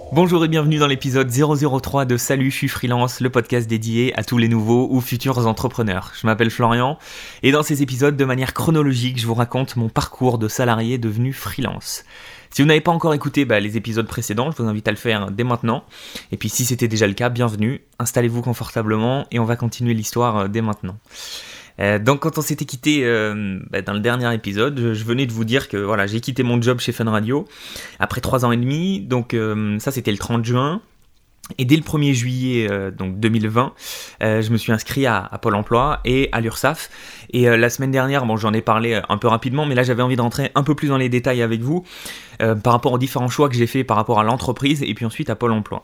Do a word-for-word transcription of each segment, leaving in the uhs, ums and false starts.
Bonjour et bienvenue dans l'épisode zéro zéro trois de Salut, je suis freelance, le podcast dédié à tous les nouveaux ou futurs entrepreneurs. Je m'appelle Florian et dans ces épisodes, de manière chronologique, je vous raconte mon parcours de salarié devenu freelance. Si vous n'avez pas encore écouté bah, les épisodes précédents, je vous invite à le faire dès maintenant. Et puis si c'était déjà le cas, bienvenue, installez-vous confortablement et on va continuer l'histoire dès maintenant. Euh, donc quand on s'était quitté euh, bah, dans le dernier épisode, je, je venais de vous dire que voilà, j'ai quitté mon job chez Fun Radio après trois ans et demi, donc euh, ça c'était le trente juin. Et dès le premier juillet euh, donc deux mille vingt, euh, je me suis inscrit à, à Pôle emploi et à l'URSSAF. Et euh, la semaine dernière, bon, j'en ai parlé un peu rapidement, mais là j'avais envie de rentrer un peu plus dans les détails avec vous euh, par rapport aux différents choix que j'ai fait par rapport à l'entreprise et puis ensuite à Pôle emploi.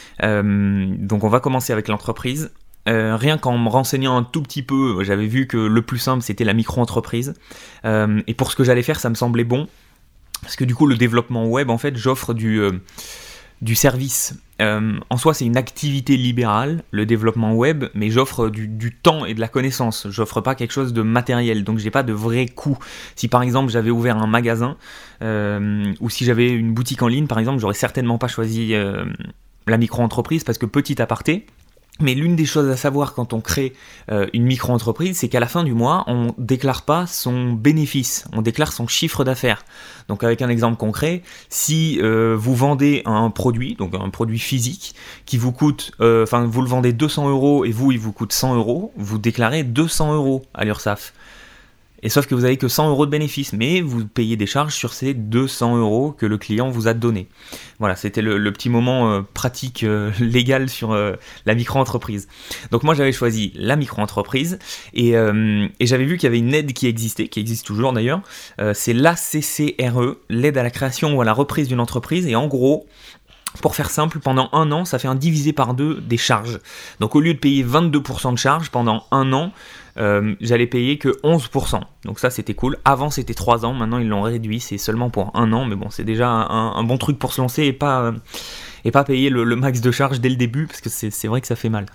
Euh, donc on va commencer avec l'entreprise. Euh, rien qu'en me renseignant un tout petit peu, j'avais vu que le plus simple c'était la micro-entreprise. Euh, et pour ce que j'allais faire, ça me semblait bon. Parce que du coup, le développement web, en fait, j'offre du, euh, du service. Euh, en soi, c'est une activité libérale, le développement web, mais j'offre du, du temps et de la connaissance. J'offre pas quelque chose de matériel, donc j'ai pas de vrai coût. Si par exemple j'avais ouvert un magasin, euh, ou si j'avais une boutique en ligne, par exemple, j'aurais certainement pas choisi euh, la micro-entreprise, parce que petit aparté, mais l'une des choses à savoir quand on crée euh, une micro-entreprise, c'est qu'à la fin du mois, on déclare pas son bénéfice, on déclare son chiffre d'affaires. Donc avec un exemple concret, si euh, vous vendez un produit, donc un produit physique, qui vous coûte, enfin euh, vous le vendez deux cents euros et vous, il vous coûte cent euros, vous déclarez deux cents euros à l'URSSAF. Et sauf que vous n'avez que cent euros de bénéfice, mais vous payez des charges sur ces deux cents euros que le client vous a donné. Voilà, c'était le, le petit moment euh, pratique, euh, légal sur euh, la micro-entreprise. Donc moi j'avais choisi la micro-entreprise et, euh, et j'avais vu qu'il y avait une aide qui existait, qui existe toujours d'ailleurs, euh, c'est l'A C C R E, l'aide à la création ou à la reprise d'une entreprise, et en gros, pour faire simple, pendant un an, ça fait un divisé par deux des charges. Donc au lieu de payer vingt-deux pour cent de charges pendant un an, euh, j'allais payer que onze pour cent. Donc ça c'était cool. Avant c'était trois ans, maintenant ils l'ont réduit, c'est seulement pour un an, mais bon c'est déjà un, un bon truc pour se lancer et pas, euh, et pas payer le, le max de charges dès le début, parce que c'est, c'est vrai que ça fait mal.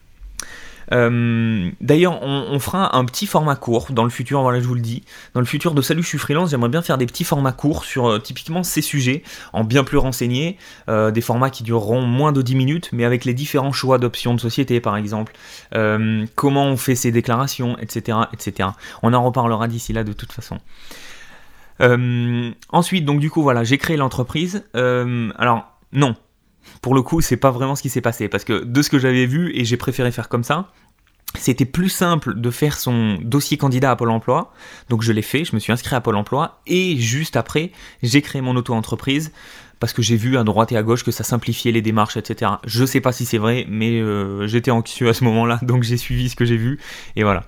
Euh, d'ailleurs, on, on fera un petit format court dans le futur, voilà, je vous le dis. Dans le futur de Salut, je suis freelance, j'aimerais bien faire des petits formats courts sur euh, typiquement ces sujets, en bien plus renseignés, euh, des formats qui dureront moins de dix minutes, mais avec les différents choix d'options de société, par exemple, euh, comment on fait ses déclarations, et cetera, et cetera. On en reparlera d'ici là de toute façon. Euh, ensuite, donc du coup, voilà, j'ai créé l'entreprise. Euh, alors, non. Pour le coup, c'est pas vraiment ce qui s'est passé, parce que de ce que j'avais vu, et j'ai préféré faire comme ça, c'était plus simple de faire son dossier candidat à Pôle emploi, donc je l'ai fait, je me suis inscrit à Pôle emploi, et juste après, j'ai créé mon auto-entreprise, parce que j'ai vu à droite et à gauche que ça simplifiait les démarches, et cetera. Je sais pas si c'est vrai, mais euh, j'étais anxieux à ce moment-là, donc j'ai suivi ce que j'ai vu, et voilà.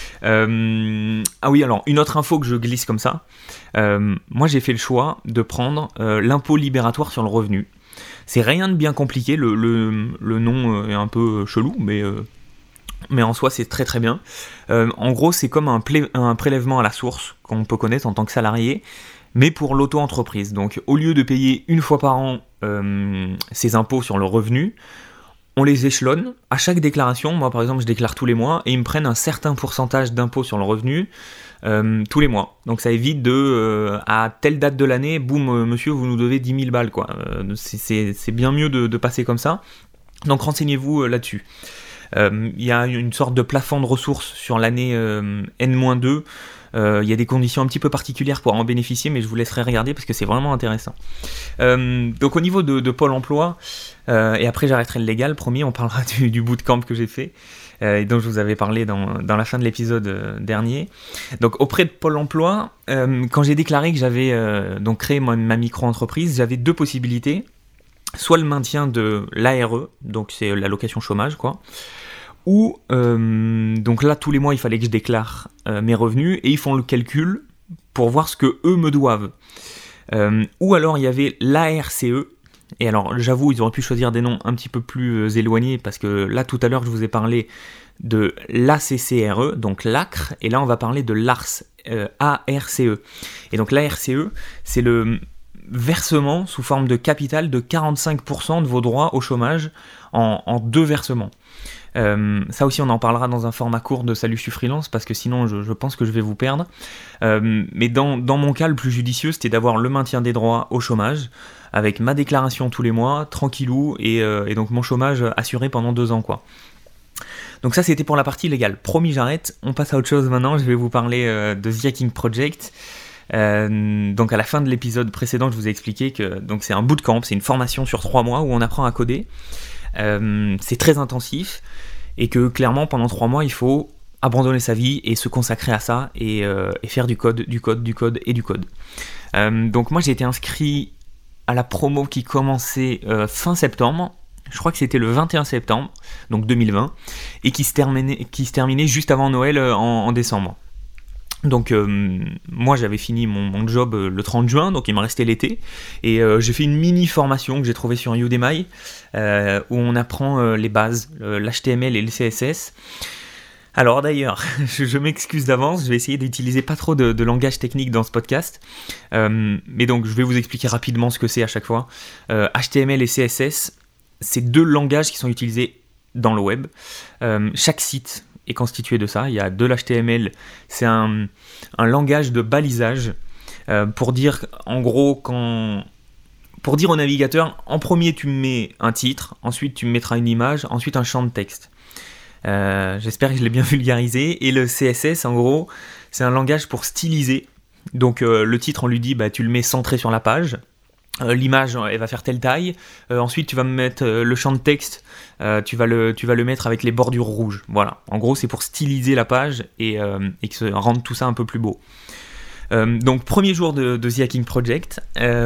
Euh, ah oui, alors, une autre info que je glisse comme ça, euh, moi j'ai fait le choix de prendre euh, l'impôt libératoire sur le revenu. C'est rien de bien compliqué, le, le, le nom est un peu chelou, mais, euh, mais en soi c'est très très bien. Euh, en gros c'est comme un, plé, un prélèvement à la source qu'on peut connaître en tant que salarié, mais pour l'auto-entreprise. Donc au lieu de payer une fois par an euh, ses impôts sur le revenu, on les échelonne à chaque déclaration. Moi par exemple je déclare tous les mois et ils me prennent un certain pourcentage d'impôts sur le revenu euh, tous les mois. Donc ça évite de, euh, à telle date de l'année, boum, euh, monsieur vous nous devez dix mille balles, quoi. Euh, c'est, c'est, c'est bien mieux de, de passer comme ça. Donc renseignez-vous euh, là-dessus. Il euh, y a une sorte de plafond de ressources sur l'année euh, N deux. Il euh, y a des conditions un petit peu particulières pour en bénéficier, mais je vous laisserai regarder parce que c'est vraiment intéressant. Euh, donc au niveau de, de Pôle emploi, euh, et après j'arrêterai le légal, promis, on parlera du, du bootcamp que j'ai fait, euh, et dont je vous avais parlé dans, dans la fin de l'épisode euh, dernier. Donc auprès de Pôle emploi, euh, quand j'ai déclaré que j'avais euh, donc créé ma, ma micro-entreprise, j'avais deux possibilités. Soit le maintien de l'A R E, donc c'est l'allocation chômage, quoi, ou euh, donc là tous les mois il fallait que je déclare euh, mes revenus et ils font le calcul pour voir ce que eux me doivent. Euh, ou alors il y avait l'A R C E, et alors j'avoue ils auraient pu choisir des noms un petit peu plus euh, éloignés, parce que là tout à l'heure je vous ai parlé de l'A C C R E, donc l'A C R, et là on va parler de l'A R S, euh, A R C E. Et donc l'A R C E c'est le versement sous forme de capital de quarante-cinq pour cent de vos droits au chômage en, en deux versements. Euh, ça aussi on en parlera dans un format court de Salut je suis freelance parce que sinon je, je pense que je vais vous perdre. Euh, mais dans, dans mon cas le plus judicieux c'était d'avoir le maintien des droits au chômage avec ma déclaration tous les mois, tranquillou, et, euh, et donc mon chômage assuré pendant deux ans quoi. Donc ça c'était pour la partie légale. Promis j'arrête, on passe à autre chose maintenant, je vais vous parler euh, de The Hacking Project. Euh, donc à la fin de l'épisode précédent je vous ai expliqué que donc c'est un bootcamp, c'est une formation sur trois mois où on apprend à coder. Euh, c'est très intensif et que clairement pendant trois mois il faut abandonner sa vie et se consacrer à ça et, euh, et faire du code, du code, du code et du code. Euh, donc moi j'ai été inscrit à la promo qui commençait euh, fin septembre, je crois que c'était le vingt et un septembre, donc deux mille vingt, et qui se terminait, qui se terminait juste avant Noël euh, en, en décembre. Donc euh, moi j'avais fini mon, mon job euh, le trente juin, donc il me restait l'été, et euh, j'ai fait une mini formation que j'ai trouvée sur Udemy, euh, où on apprend euh, les bases, euh, l'H T M L et le C S S. Alors d'ailleurs, je, je m'excuse d'avance, je vais essayer d'utiliser pas trop de, de langage technique dans ce podcast, euh, mais donc je vais vous expliquer rapidement ce que c'est à chaque fois. Euh, H T M L et C S S, c'est deux langages qui sont utilisés dans le web. Euh, chaque site est constitué de ça. Il y a de l'H T M L, c'est un, un langage de balisage euh, pour dire, en gros, quand, pour dire au navigateur, en premier tu mets un titre, ensuite tu mettras une image, ensuite un champ de texte. Euh, j'espère que je l'ai bien vulgarisé. Et le C S S, en gros, c'est un langage pour styliser. Donc euh, le titre, on lui dit, bah, tu le mets centré sur la page. Euh, l'image, elle va faire telle taille. Euh, ensuite, tu vas me mettre euh, le champ de texte. Euh, tu vas le, tu vas le mettre avec les bordures rouges. Voilà. En gros, c'est pour styliser la page et, euh, et que ça rende tout ça un peu plus beau. Euh, donc, premier jour de, de The Hacking Project.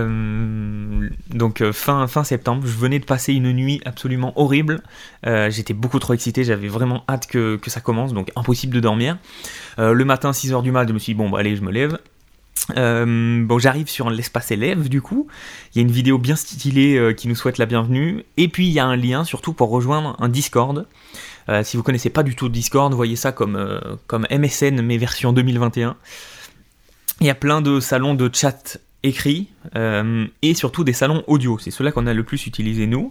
Euh, donc, euh, fin, fin septembre. Je venais de passer une nuit absolument horrible. Euh, j'étais beaucoup trop excité. J'avais vraiment hâte que, que ça commence. Donc, impossible de dormir. Euh, le matin, six heures du mat, je me suis dit, bon, bah, allez, je me lève. Euh, bon, j'arrive sur l'espace élève du coup, il y a une vidéo bien stylée euh, qui nous souhaite la bienvenue, et puis il y a un lien surtout pour rejoindre un Discord. Euh, si vous connaissez pas du tout Discord, voyez ça comme, euh, comme M S N mais version deux mille vingt et un. Il y a plein de salons de chat écrits euh, et surtout des salons audio, c'est ceux-là qu'on a le plus utilisé nous.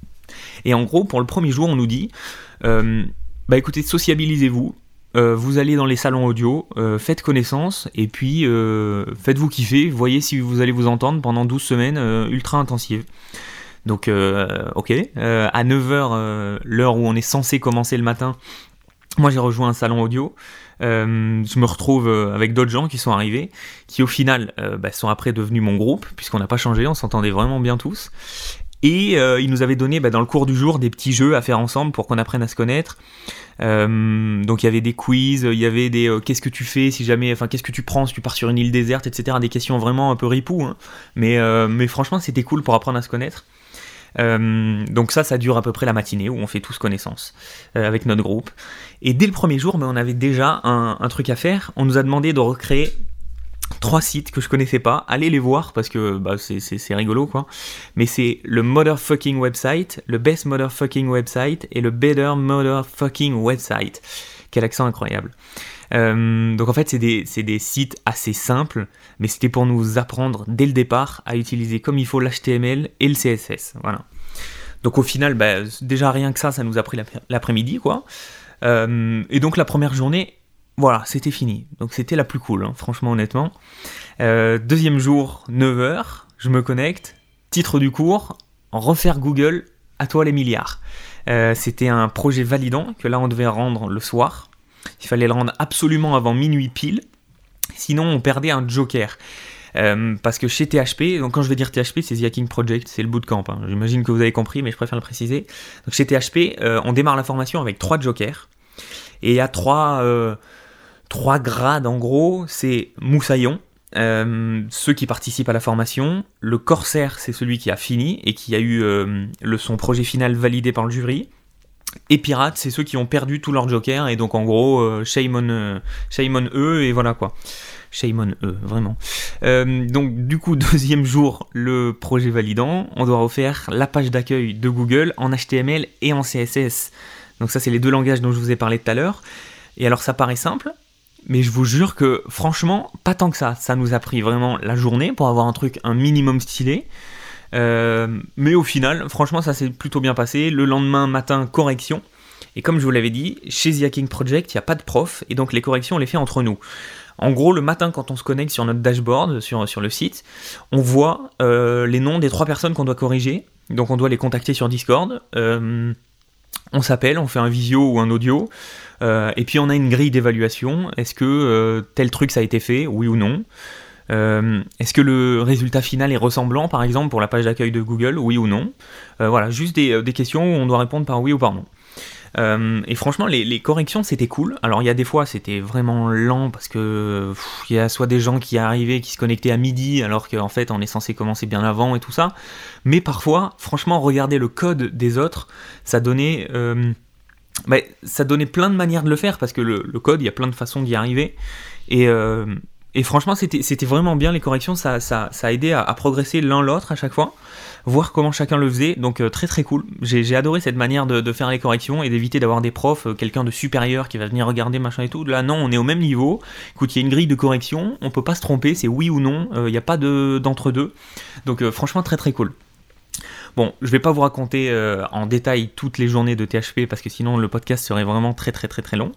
Et en gros pour le premier jour on nous dit euh, bah écoutez, sociabilisez-vous. Euh, vous allez dans les salons audio, euh, faites connaissance, et puis euh, faites-vous kiffer, voyez si vous allez vous entendre pendant douze semaines euh, ultra intensives. Donc, euh, ok, euh, à neuf heures, euh, l'heure où on est censé commencer le matin, moi j'ai rejoint un salon audio, euh, je me retrouve avec d'autres gens qui sont arrivés, qui au final euh, bah, sont après devenus mon groupe, puisqu'on n'a pas changé, on s'entendait vraiment bien tous. Et euh, ils nous avaient donné bah, dans le cours du jour des petits jeux à faire ensemble pour qu'on apprenne à se connaître. Euh, donc il y avait des quiz, il y avait des euh, qu'est-ce que tu fais si jamais, enfin qu'est-ce que tu prends si tu pars sur une île déserte, et cetera. Des questions vraiment un peu ripou, hein. mais, euh, mais franchement c'était cool pour apprendre à se connaître. Euh, donc ça, ça dure à peu près la matinée où on fait tous connaissance euh, avec notre groupe. Et dès le premier jour, bah, on avait déjà un, un truc à faire. On nous a demandé de recréer trois sites que je connaissais pas, allez les voir parce que bah, c'est, c'est, c'est rigolo quoi. Mais c'est le Motherfucking Website, le Best Motherfucking Website et le Better Motherfucking Website. Quel accent incroyable. Euh, donc en fait c'est des, c'est des sites assez simples, mais c'était pour nous apprendre dès le départ à utiliser comme il faut l'H T M L et le C S S. Voilà. Donc au final, bah, déjà rien que ça, ça nous a pris l'après-midi quoi. Euh, et donc la première journée, voilà, c'était fini. Donc c'était la plus cool, hein, franchement, honnêtement. Euh, deuxième jour, neuf heures, je me connecte. Titre du cours, refaire Google, à toi les milliards. Euh, c'était un projet validant que là on devait rendre le soir. Il fallait le rendre absolument avant minuit pile. Sinon on perdait un joker. Euh, parce que chez T H P, donc quand je vais dire T H P, c'est The Hacking Project, c'est le bootcamp. Hein. J'imagine que vous avez compris, mais je préfère le préciser. Donc chez T H P, euh, on démarre la formation avec trois jokers. Et il y a trois... Euh, Trois grades en gros, c'est moussaillon, euh, ceux qui participent à la formation, le corsaire c'est celui qui a fini et qui a eu euh, le, son projet final validé par le jury, et pirate c'est ceux qui ont perdu tous leurs jokers et donc en gros euh, shame, on, euh, shame on eux et voilà quoi. Shame on eux, vraiment. Euh, donc du coup, deuxième jour, le projet validant, on doit refaire la page d'accueil de Google en H T M L et en C S S. Donc ça c'est les deux langages dont je vous ai parlé tout à l'heure. Et alors ça paraît simple. mais je vous jure que franchement, pas tant que ça. Ça nous a pris vraiment la journée pour avoir un truc un minimum stylé. Euh, mais au final, franchement, ça s'est plutôt bien passé. Le lendemain matin, correction. Et comme je vous l'avais dit, chez The Hacking Project, il n'y a pas de prof, et donc les corrections, on les fait entre nous. En gros, le matin, quand on se connecte sur notre dashboard, sur, sur le site, on voit euh, les noms des trois personnes qu'on doit corriger. Donc on doit les contacter sur Discord. Euh, on s'appelle, on fait un visio ou un audio. Euh, et puis on a une grille d'évaluation. Est-ce que euh, tel truc ça a été fait, oui ou non ? Euh, est-ce que le résultat final est ressemblant, par exemple, pour la page d'accueil de Google, oui ou non ? euh, Voilà, juste des, des questions où on doit répondre par oui ou par non. Euh, et franchement, les, les corrections, c'était cool. Alors, il y a des fois, c'était vraiment lent parce que il y a soit des gens qui arrivaient, qui se connectaient à midi, alors qu'en fait, on est censé commencer bien avant et tout ça. Mais parfois, franchement, regarder le code des autres, ça donnait, euh, bah, ça donnait plein de manières de le faire parce que le, le code, il y a plein de façons d'y arriver. Et euh, Et franchement, c'était, c'était vraiment bien, les corrections, ça, ça, ça a aidé à, à progresser l'un l'autre à chaque fois, voir comment chacun le faisait, donc euh, très très cool. J'ai, j'ai adoré cette manière de, de faire les corrections et d'éviter d'avoir des profs, euh, quelqu'un de supérieur qui va venir regarder machin et tout. Là non, on est au même niveau, écoute, il y a une grille de correction, on peut pas se tromper, c'est oui ou non, il euh, n'y a pas de, d'entre-deux, donc euh, franchement très très cool. Bon, je vais pas vous raconter euh, en détail toutes les journées de T H P parce que sinon le podcast serait vraiment très très très très long.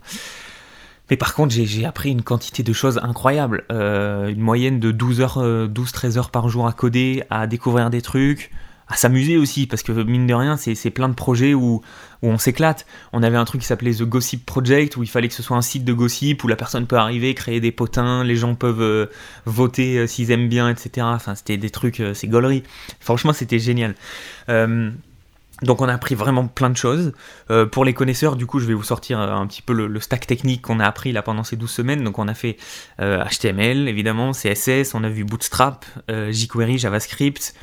Mais par contre, j'ai, j'ai appris une quantité de choses incroyables. Euh, une moyenne de douze heures, douze treize heures par jour à coder, à découvrir des trucs, à s'amuser aussi, parce que mine de rien, c'est, c'est plein de projets où, où on s'éclate. On avait un truc qui s'appelait The Gossip Project, où il fallait que ce soit un site de gossip, où la personne peut arriver, créer des potins, les gens peuvent euh, voter euh, s'ils aiment bien, et cetera. Enfin, c'était des trucs, euh, c'est gaulerie. Franchement, c'était génial. Euh, Donc on a appris vraiment plein de choses. Euh, pour les connaisseurs, du coup, je vais vous sortir un petit peu le, le stack technique qu'on a appris là pendant ces douze semaines. Donc on a fait euh, H T M L, évidemment, C S S, on a vu Bootstrap, euh, jQuery, JavaScript,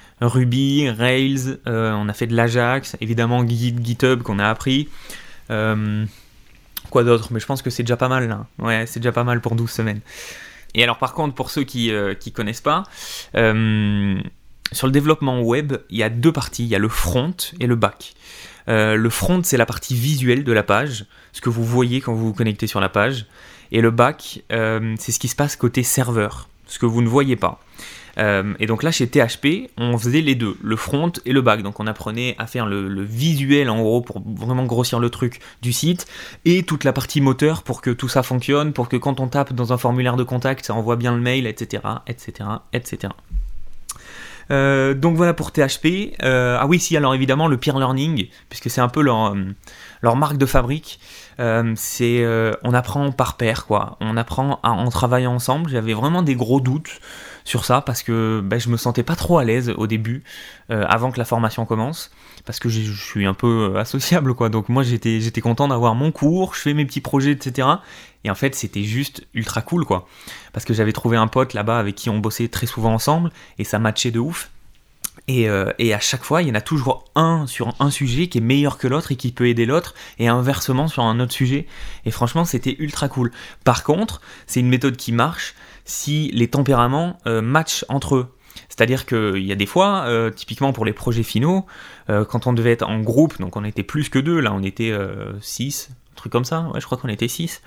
Ruby, Rails, euh, on a fait de l'Ajax, évidemment Git, GitHub qu'on a appris. Euh, quoi d'autre ? Mais je pense que c'est déjà pas mal là. Ouais, c'est déjà pas mal pour douze semaines. Et alors par contre, pour ceux qui euh, qui connaissent pas... Euh, Sur le développement web, il y a deux parties, il y a le front et le back. Euh, le front, c'est la partie visuelle de la page, ce que vous voyez quand vous vous connectez sur la page. Et le back, euh, c'est ce qui se passe côté serveur, ce que vous ne voyez pas. Euh, et donc là, chez T H P, on faisait les deux, le front et le back. Donc on apprenait à faire le, le visuel, en gros, pour vraiment grossir le truc du site, et toute la partie moteur pour que tout ça fonctionne, pour que quand on tape dans un formulaire de contact, ça envoie bien le mail, et cetera, et cetera, et cetera. Euh, donc voilà pour T H P. Euh, ah oui, si, alors évidemment le peer learning, puisque c'est un peu leur, euh, leur marque de fabrique. Euh, c'est, euh, on apprend par pair, quoi. On apprend à, en travaillant ensemble. J'avais vraiment des gros doutes sur ça parce que ben, je me sentais pas trop à l'aise au début, euh, avant que la formation commence, parce que je suis un peu associable, quoi. Donc moi j'étais, j'étais content d'avoir mon cours, je fais mes petits projets, et cetera. Et en fait c'était juste ultra cool, quoi, parce que j'avais trouvé un pote là-bas avec qui on bossait très souvent ensemble et ça matchait de ouf. Et, euh, et à chaque fois, il y en a toujours un sur un sujet qui est meilleur que l'autre et qui peut aider l'autre, et inversement sur un autre sujet. Et franchement, c'était ultra cool. Par contre, c'est une méthode qui marche si les tempéraments euh, matchent entre eux. C'est-à-dire qu'il y a des fois, euh, typiquement pour les projets finaux, euh, quand on devait être en groupe, donc on était plus que deux, là on était euh, six, un truc comme ça, ouais, je crois qu'on était six.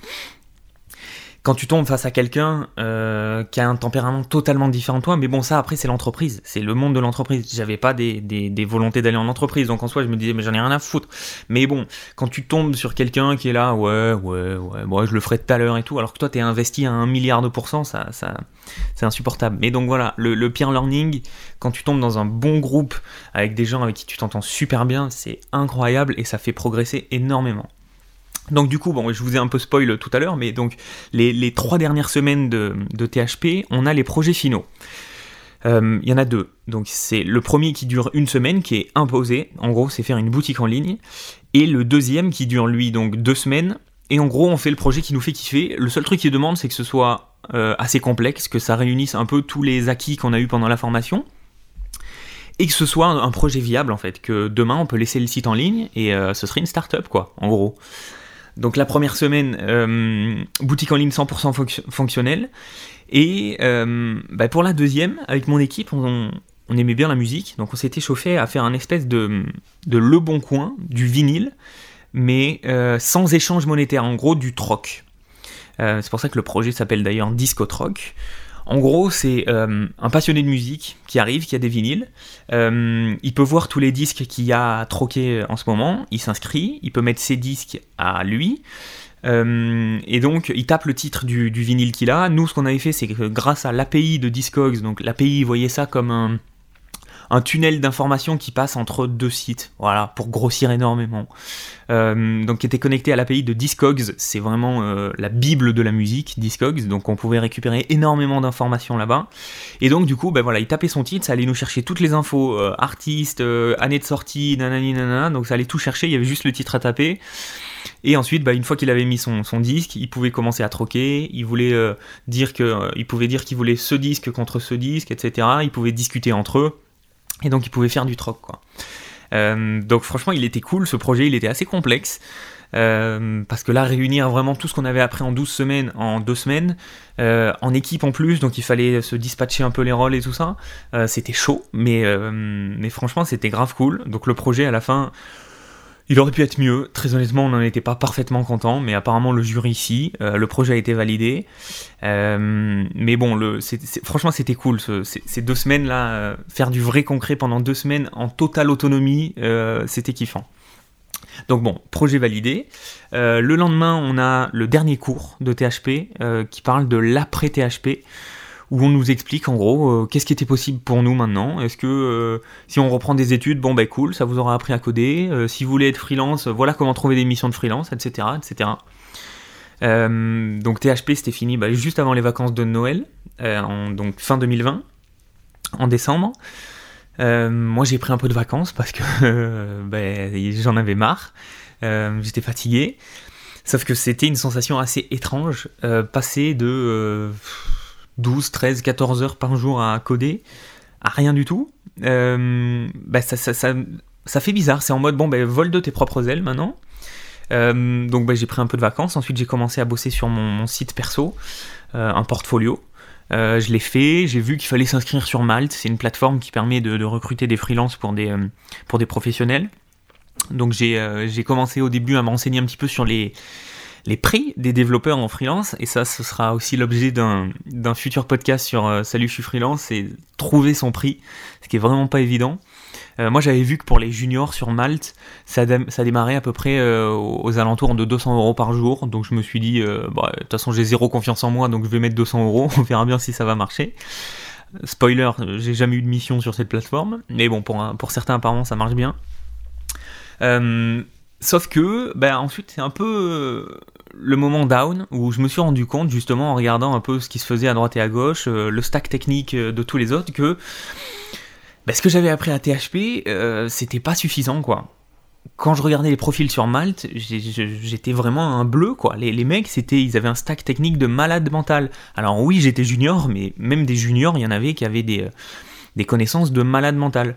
Quand tu tombes face à quelqu'un euh, qui a un tempérament totalement différent de toi, mais bon, ça après c'est l'entreprise, c'est le monde de l'entreprise. J'avais pas des, des, des volontés d'aller en entreprise, donc en soi je me disais mais j'en ai rien à foutre. Mais bon, quand tu tombes sur quelqu'un qui est là, ouais, ouais, ouais, bon, je le ferai tout à l'heure et tout, alors que toi t'es investi à un milliard de pourcents, ça, ça, c'est insupportable. Mais donc voilà, le, le peer learning, quand tu tombes dans un bon groupe avec des gens avec qui tu t'entends super bien, c'est incroyable et ça fait progresser énormément. Donc du coup, bon, je vous ai un peu spoil tout à l'heure, mais donc les, les trois dernières semaines de, de T H P, on a les projets finaux. Il euh, y en a deux. Donc c'est le premier qui dure une semaine, qui est imposé. En gros, c'est faire une boutique en ligne. Et le deuxième qui dure, lui, donc deux semaines. Et en gros, on fait le projet qui nous fait kiffer. Le seul truc qu'il demande, c'est que ce soit euh, assez complexe, que ça réunisse un peu tous les acquis qu'on a eu pendant la formation. Et que ce soit un, un projet viable, en fait. Que demain, on peut laisser le site en ligne et euh, ce serait une start-up, quoi, en gros. Donc la première semaine, euh, boutique en ligne cent pour cent fonc- fonctionnelle. Et euh, bah pour la deuxième, avec mon équipe, on, on aimait bien la musique. Donc on s'était chauffé à faire un espèce de, de Le Bon Coin, du vinyle, mais euh, sans échange monétaire, en gros du troc. Euh, c'est pour ça que le projet s'appelle d'ailleurs Discotrock. En gros, c'est euh, un passionné de musique qui arrive, qui a des vinyles. Euh, il peut voir tous les disques qu'il y a à troquer en ce moment. Il s'inscrit, il peut mettre ses disques à lui. Euh, et donc, il tape le titre du, du vinyle qu'il a. Nous, ce qu'on avait fait, c'est que grâce à l'A P I de Discogs, donc l'A P I, voyez ça comme un... un tunnel d'information qui passe entre deux sites, voilà, pour grossir énormément. Euh, donc qui était connecté à l'A P I de Discogs, c'est vraiment euh, la bible de la musique, Discogs, donc on pouvait récupérer énormément d'informations là-bas. Et donc du coup, ben voilà, il tapait son titre, ça allait nous chercher toutes les infos, euh, artistes, euh, année de sortie, nanani nanana, donc ça allait tout chercher, il y avait juste le titre à taper. Et ensuite, bah, une fois qu'il avait mis son, son disque, il pouvait commencer à troquer, il voulait euh, dire que, euh, il pouvait dire qu'il voulait ce disque contre ce disque, et cetera. Ils pouvaient discuter entre eux. Et donc il pouvait faire du troc, quoi. Euh, donc franchement, il était cool, ce projet, il était assez complexe. Euh, parce que là, réunir vraiment tout ce qu'on avait appris en douze semaines, en deux semaines, euh, en équipe en plus, donc il fallait se dispatcher un peu les rôles et tout ça, euh, c'était chaud, mais, euh, mais franchement, c'était grave cool. Donc le projet, à la fin, il aurait pu être mieux. Très honnêtement, on n'en était pas parfaitement content, mais apparemment le jury ici, euh, le projet a été validé. Euh, mais bon, le, c'est, c'est, franchement, c'était cool. Ce, ces, ces deux semaines là, euh, faire du vrai concret pendant deux semaines en totale autonomie, euh, c'était kiffant. Donc bon, projet validé. Euh, le lendemain, on a le dernier cours de T H P euh, qui parle de l'après-T H P. Où on nous explique en gros euh, qu'est-ce qui était possible pour nous maintenant. Est-ce que euh, si on reprend des études, bon ben cool, ça vous aura appris à coder. Euh, si vous voulez être freelance, voilà comment trouver des missions de freelance, et cetera, et cetera. Euh, donc T H P c'était fini bah, juste avant les vacances de Noël, euh, en, donc fin deux mille vingt, en décembre. Euh, moi j'ai pris un peu de vacances parce que euh, ben, j'en avais marre, euh, j'étais fatigué. Sauf que c'était une sensation assez étrange, euh, passer de euh, douze, treize, quatorze heures par jour à coder, à rien du tout, euh, bah ça, ça, ça, ça fait bizarre, c'est en mode, bon, bah, vole de tes propres ailes maintenant. Euh, donc bah, j'ai pris un peu de vacances, ensuite j'ai commencé à bosser sur mon, mon site perso, euh, un portfolio. Euh, je l'ai fait, j'ai vu qu'il fallait s'inscrire sur Malte, c'est une plateforme qui permet de, de recruter des freelances pour des, euh, pour des professionnels. Donc j'ai, euh, j'ai commencé au début à me renseigner un petit peu sur les... les prix des développeurs en freelance, et ça, ce sera aussi l'objet d'un, d'un futur podcast sur euh, Salut, je suis freelance, c'est trouver son prix, ce qui est vraiment pas évident. Euh, moi, j'avais vu que pour les juniors sur Malte, ça, dé- ça démarrait à peu près euh, aux alentours de deux cents euros par jour, donc je me suis dit, euh, bah, de toute façon, j'ai zéro confiance en moi, donc je vais mettre deux cents euros, on verra bien si ça va marcher. Spoiler, j'ai jamais eu de mission sur cette plateforme, mais bon, pour, un, pour certains, apparemment, ça marche bien. Euh, sauf que, bah, ensuite, c'est un peu euh, le moment down où je me suis rendu compte, justement, en regardant un peu ce qui se faisait à droite et à gauche, euh, le stack technique de tous les autres, que bah, ce que j'avais appris à T H P, euh, c'était pas suffisant, quoi. Quand je regardais les profils sur Malte, j'ai, j'étais vraiment un bleu, quoi. Les, les mecs, c'était, ils avaient un stack technique de malade mental. Alors oui, j'étais junior, mais même des juniors, il y en avait qui avaient des, des connaissances de malade mental.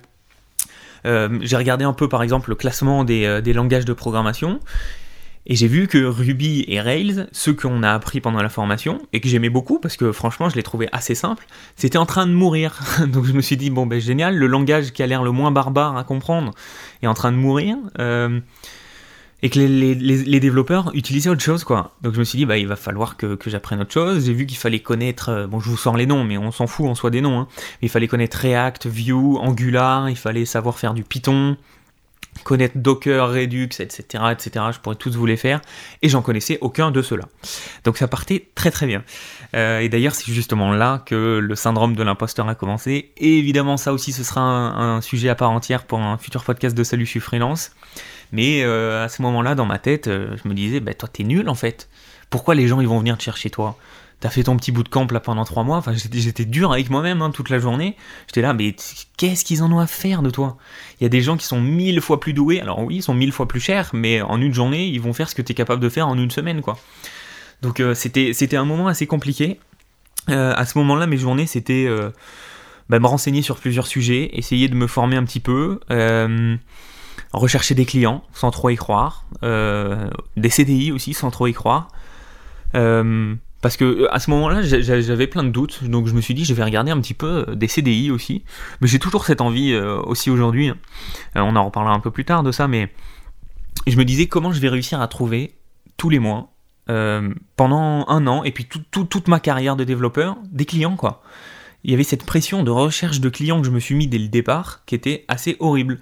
Euh, j'ai regardé un peu par exemple le classement des, euh, des langages de programmation et j'ai vu que Ruby et Rails, ceux qu'on a appris pendant la formation et que j'aimais beaucoup parce que franchement je les trouvais assez simples, c'était en train de mourir. Donc je me suis dit bon ben génial, le langage qui a l'air le moins barbare à comprendre est en train de mourir, euh, et que les, les, les, les développeurs utilisaient autre chose, quoi. Donc je me suis dit bah il va falloir que, que j'apprenne autre chose. J'ai vu qu'il fallait connaître, euh, bon je vous sors les noms mais on s'en fout en soi des noms, hein. Il fallait connaître React, Vue, Angular, il fallait savoir faire du Python, connaître Docker, Redux, et cetera, et cetera. Je pourrais tous vous les faire et j'en connaissais aucun de ceux-là. Donc ça partait très très bien. Euh, et d'ailleurs c'est justement là que le syndrome de l'imposteur a commencé. Et évidemment ça aussi ce sera un, un sujet à part entière pour un futur podcast de Salut, je suis freelance. Mais euh, à ce moment-là, dans ma tête, euh, je me disais, bah, toi, t'es nul, en fait. Pourquoi les gens, ils vont venir te chercher, toi ? T'as fait ton petit bootcamp, là, pendant trois mois. Enfin, j'étais, j'étais dur avec moi-même, hein, toute la journée. J'étais là, mais qu'est-ce qu'ils en ont à faire de toi ? Il y a des gens qui sont mille fois plus doués. Alors oui, ils sont mille fois plus chers, mais en une journée, ils vont faire ce que t'es capable de faire en une semaine, quoi. Donc, euh, c'était, c'était un moment assez compliqué. Euh, à ce moment-là, mes journées, c'était euh, bah, me renseigner sur plusieurs sujets, essayer de me former un petit peu... Euh, rechercher des clients sans trop y croire, euh, des C D I aussi sans trop y croire, euh, parce que à ce moment-là j'avais plein de doutes, donc je me suis dit je vais regarder un petit peu des C D I aussi, mais j'ai toujours cette envie euh, aussi aujourd'hui, hein. euh, on en reparlera un peu plus tard de ça, mais je me disais comment je vais réussir à trouver tous les mois euh, pendant un an, et puis tout, tout, toute ma carrière de développeur, des clients, quoi. Il y avait cette pression de recherche de clients que je me suis mis dès le départ, qui était assez horrible.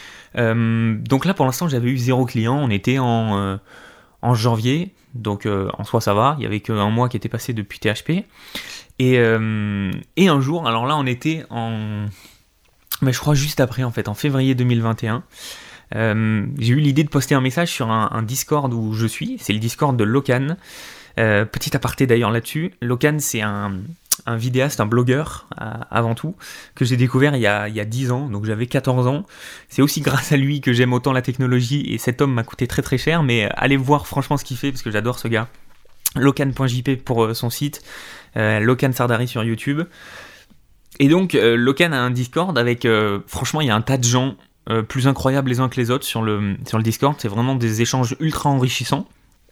Euh, donc là, pour l'instant, j'avais eu zéro client. On était en, euh, en janvier, donc euh, en soi, ça va. Il y avait qu'un mois qui était passé depuis T H P. Et, euh, et un jour, alors là, on était en... Mais je crois juste après, en fait, en février deux mille vingt et un. Euh, j'ai eu l'idée de poster un message sur un, un Discord où je suis. C'est le Discord de Locan. Euh, petit aparté d'ailleurs là-dessus. Locan, c'est un... un vidéaste, un blogueur euh, avant tout, que j'ai découvert il y a, il y a dix ans, donc j'avais quatorze ans. C'est aussi grâce à lui que j'aime autant la technologie, et cet homme m'a coûté très très cher, mais allez voir franchement ce qu'il fait, parce que j'adore ce gars. Locan point j p pour euh, son site, euh, Locan Sardari sur YouTube. Et donc euh, Locan a un Discord avec, euh, franchement il y a un tas de gens euh, plus incroyables les uns que les autres sur le, sur le Discord, c'est vraiment des échanges ultra enrichissants.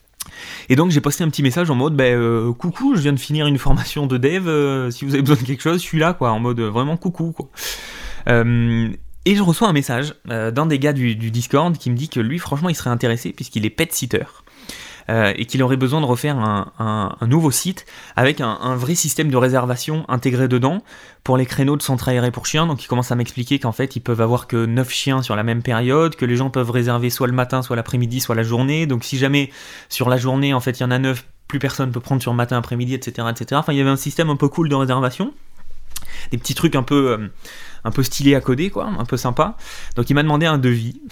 Et donc j'ai posté un petit message en mode bah, euh, coucou, je viens de finir une formation de dev, euh, si vous avez besoin de quelque chose, je suis là, quoi, en mode euh, vraiment coucou, quoi. Euh, et je reçois un message euh, d'un des gars du, du Discord qui me dit que lui, franchement, il serait intéressé puisqu'il est pet sitter. Euh, et qu'il aurait besoin de refaire un, un, un nouveau site avec un, un vrai système de réservation intégré dedans pour les créneaux de centre aéré pour chiens. Donc il commence à m'expliquer qu'en fait ils peuvent avoir que neuf chiens sur la même période, que les gens peuvent réserver soit le matin, soit l'après-midi, soit la journée. Donc si jamais sur la journée en fait il y en a neuf, plus personne peut prendre sur le matin, après-midi, et cetera, et cetera. Enfin il y avait un système un peu cool de réservation. Des petits trucs un peu, euh, un peu stylés à coder, quoi, un peu sympa. Donc il m'a demandé un devis.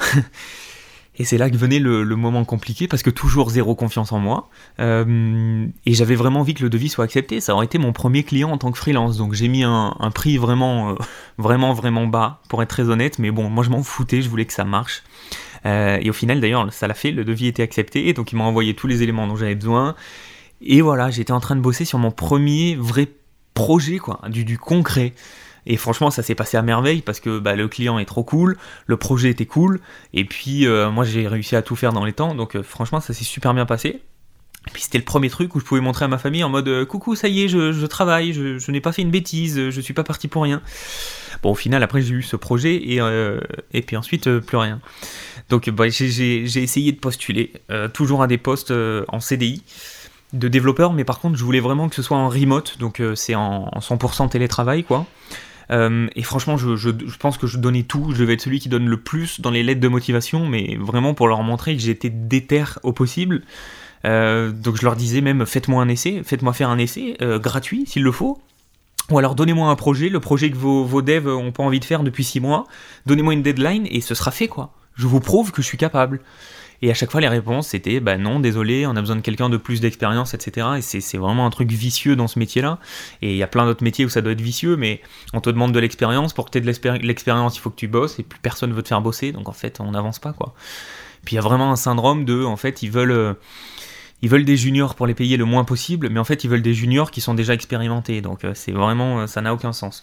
Et c'est là que venait le, le moment compliqué, parce que toujours zéro confiance en moi. Euh, et j'avais vraiment envie que le devis soit accepté. Ça aurait été mon premier client en tant que freelance. Donc j'ai mis un, un prix vraiment, euh, vraiment, vraiment bas, pour être très honnête. Mais bon, moi je m'en foutais, je voulais que ça marche. Euh, et au final, d'ailleurs, ça l'a fait. Le devis était accepté. Et donc il m'a envoyé tous les éléments dont j'avais besoin. Et voilà, j'étais en train de bosser sur mon premier vrai projet, quoi, du, du concret. Et franchement, ça s'est passé à merveille parce que bah, le client est trop cool, le projet était cool, et puis euh, moi j'ai réussi à tout faire dans les temps, donc euh, franchement ça s'est super bien passé. Et puis c'était le premier truc où je pouvais montrer à ma famille en mode euh, coucou, ça y est, je, je travaille, je, je n'ai pas fait une bêtise, je suis pas parti pour rien. Bon, au final, après j'ai eu ce projet et, euh, et puis ensuite euh, plus rien. Donc bah, j'ai, j'ai, j'ai essayé de postuler, euh, toujours à des postes euh, en C D I. De développeur, mais par contre je voulais vraiment que ce soit en remote, donc euh, c'est en, en cent pour cent télétravail, quoi. Euh, et franchement, je, je, je pense que je donnais tout. Je devais être celui qui donne le plus dans les lettres de motivation, mais vraiment pour leur montrer que j'étais déter au possible. Euh, donc je leur disais même, faites-moi un essai, faites-moi faire un essai euh, gratuit s'il le faut. Ou alors donnez-moi un projet, le projet que vos, vos devs n'ont pas envie de faire depuis six mois. Donnez-moi une deadline et ce sera fait, quoi. Je vous prouve que je suis capable. Et à chaque fois, les réponses, c'était bah non, désolé, on a besoin de quelqu'un de plus d'expérience, et cetera. Et c'est, c'est vraiment un truc vicieux dans ce métier-là. Et il y a plein d'autres métiers où ça doit être vicieux, mais on te demande de l'expérience. Pour que tu aies de l'expéri- l'expérience, il faut que tu bosses, et plus personne veut te faire bosser. Donc en fait, on n'avance pas, quoi. Puis il y a vraiment un syndrome de, en fait, ils veulent, euh, ils veulent des juniors pour les payer le moins possible, mais en fait, ils veulent des juniors qui sont déjà expérimentés. Donc euh, c'est vraiment, ça n'a aucun sens.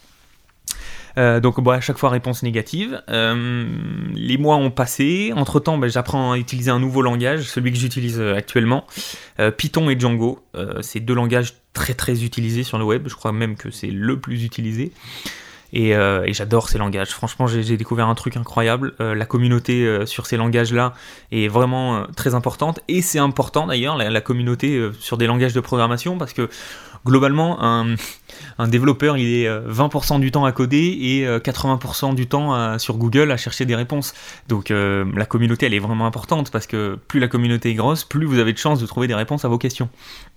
Euh, donc bon, à chaque fois réponse négative. Euh, les mois ont passé. Entre temps, bah, j'apprends à utiliser un nouveau langage, celui que j'utilise actuellement, euh, Python et Django. Euh, c'est deux langages très très utilisés sur le web. Je crois même que c'est le plus utilisé. Et, euh, et j'adore ces langages. Franchement, j'ai, j'ai découvert un truc incroyable. Euh, la communauté euh, sur ces langages-là est vraiment euh, très importante. Et c'est important d'ailleurs, la, la communauté euh, sur des langages de programmation, parce que globalement, un, un développeur, il est vingt pour cent du temps à coder et quatre-vingts pour cent du temps à, sur Google à chercher des réponses. Donc euh, la communauté, elle est vraiment importante, parce que plus la communauté est grosse, plus vous avez de chances de trouver des réponses à vos questions.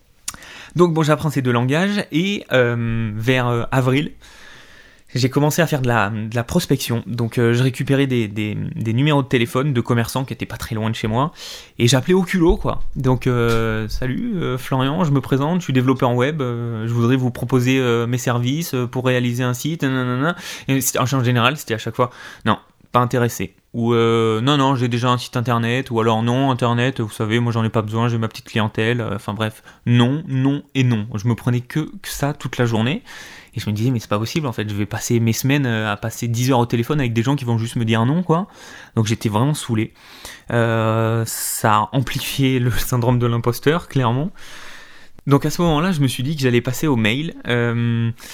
Donc bon, j'apprends ces deux langages, et euh, vers euh, avril, j'ai commencé à faire de la, de la prospection. Donc euh, je récupérais des, des, des numéros de téléphone de commerçants qui étaient pas très loin de chez moi, et j'appelais au culot, quoi. Donc euh, salut euh, Florian, je me présente, je suis développeur web, euh, je voudrais vous proposer euh, mes services pour réaliser un site, nanana. Et en général c'était à chaque fois non, pas intéressé, ou euh, non non, j'ai déjà un site internet, ou alors non, internet, vous savez, moi j'en ai pas besoin, j'ai ma petite clientèle, enfin bref, non, non et non. Je me prenais que, que ça toute la journée. Et je me disais, mais c'est pas possible, en fait, je vais passer mes semaines à passer dix heures au téléphone avec des gens qui vont juste me dire non, quoi. Donc j'étais vraiment saoulé. Euh, ça a amplifié le syndrome de l'imposteur, clairement. Donc à ce moment-là, je me suis dit que j'allais passer au mail. Euh,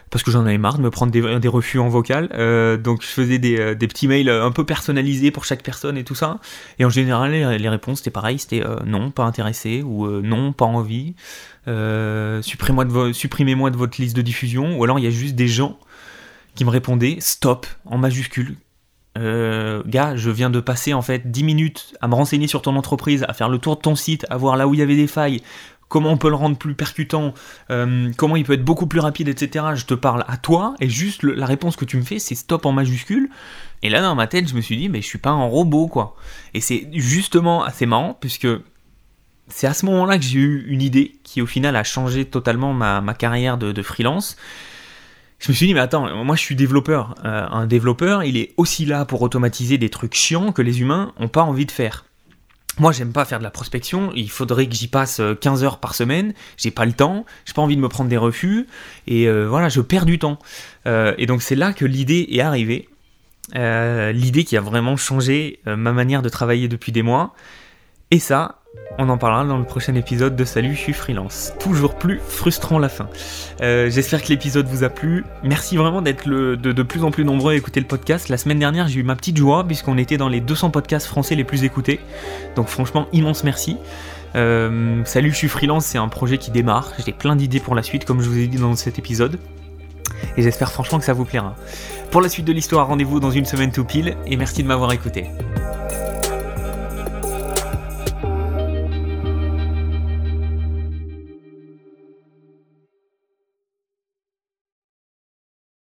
parce que j'en avais marre de me prendre des, des refus en vocal, euh, donc je faisais des, euh, des petits mails un peu personnalisés pour chaque personne et tout ça, et en général les, les réponses c'était pareil, c'était euh, non, pas intéressé, ou euh, non, pas envie, euh, supprimez-moi de, vo- supprimez-moi de votre liste de diffusion, ou alors il y a juste des gens qui me répondaient stop en majuscule. Euh, gars, je viens de passer en fait dix minutes à me renseigner sur ton entreprise, à faire le tour de ton site, à voir là où il y avait des failles, comment on peut le rendre plus percutant, euh, comment il peut être beaucoup plus rapide, et cetera. Je te parle à toi, et juste le, la réponse que tu me fais, c'est stop en majuscule. Et là, dans ma tête, je me suis dit, mais je suis pas un robot, quoi. Et c'est justement assez marrant, puisque c'est à ce moment-là que j'ai eu une idée qui, au final, a changé totalement ma, ma carrière de, de freelance. Je me suis dit, mais attends, moi je suis développeur. Euh, un développeur, il est aussi là pour automatiser des trucs chiants que les humains n'ont pas envie de faire. Moi, j'aime pas faire de la prospection, il faudrait que j'y passe quinze heures par semaine, j'ai pas le temps, j'ai pas envie de me prendre des refus, et euh, voilà, je perds du temps. Euh, et donc c'est là que l'idée est arrivée, euh, l'idée qui a vraiment changé euh, ma manière de travailler depuis des mois, et ça, on en parlera dans le prochain épisode de Salut, je suis freelance. Toujours plus frustrant la fin. Euh, j'espère que l'épisode vous a plu. Merci vraiment d'être le, de, de plus en plus nombreux à écouter le podcast. La semaine dernière, j'ai eu ma petite joie puisqu'on était dans les deux cents podcasts français les plus écoutés. Donc franchement, immense merci. Euh, Salut, je suis freelance, c'est un projet qui démarre. J'ai plein d'idées pour la suite, comme je vous ai dit dans cet épisode. Et j'espère franchement que ça vous plaira. Pour la suite de l'histoire, rendez-vous dans une semaine tout pile. Et merci de m'avoir écouté.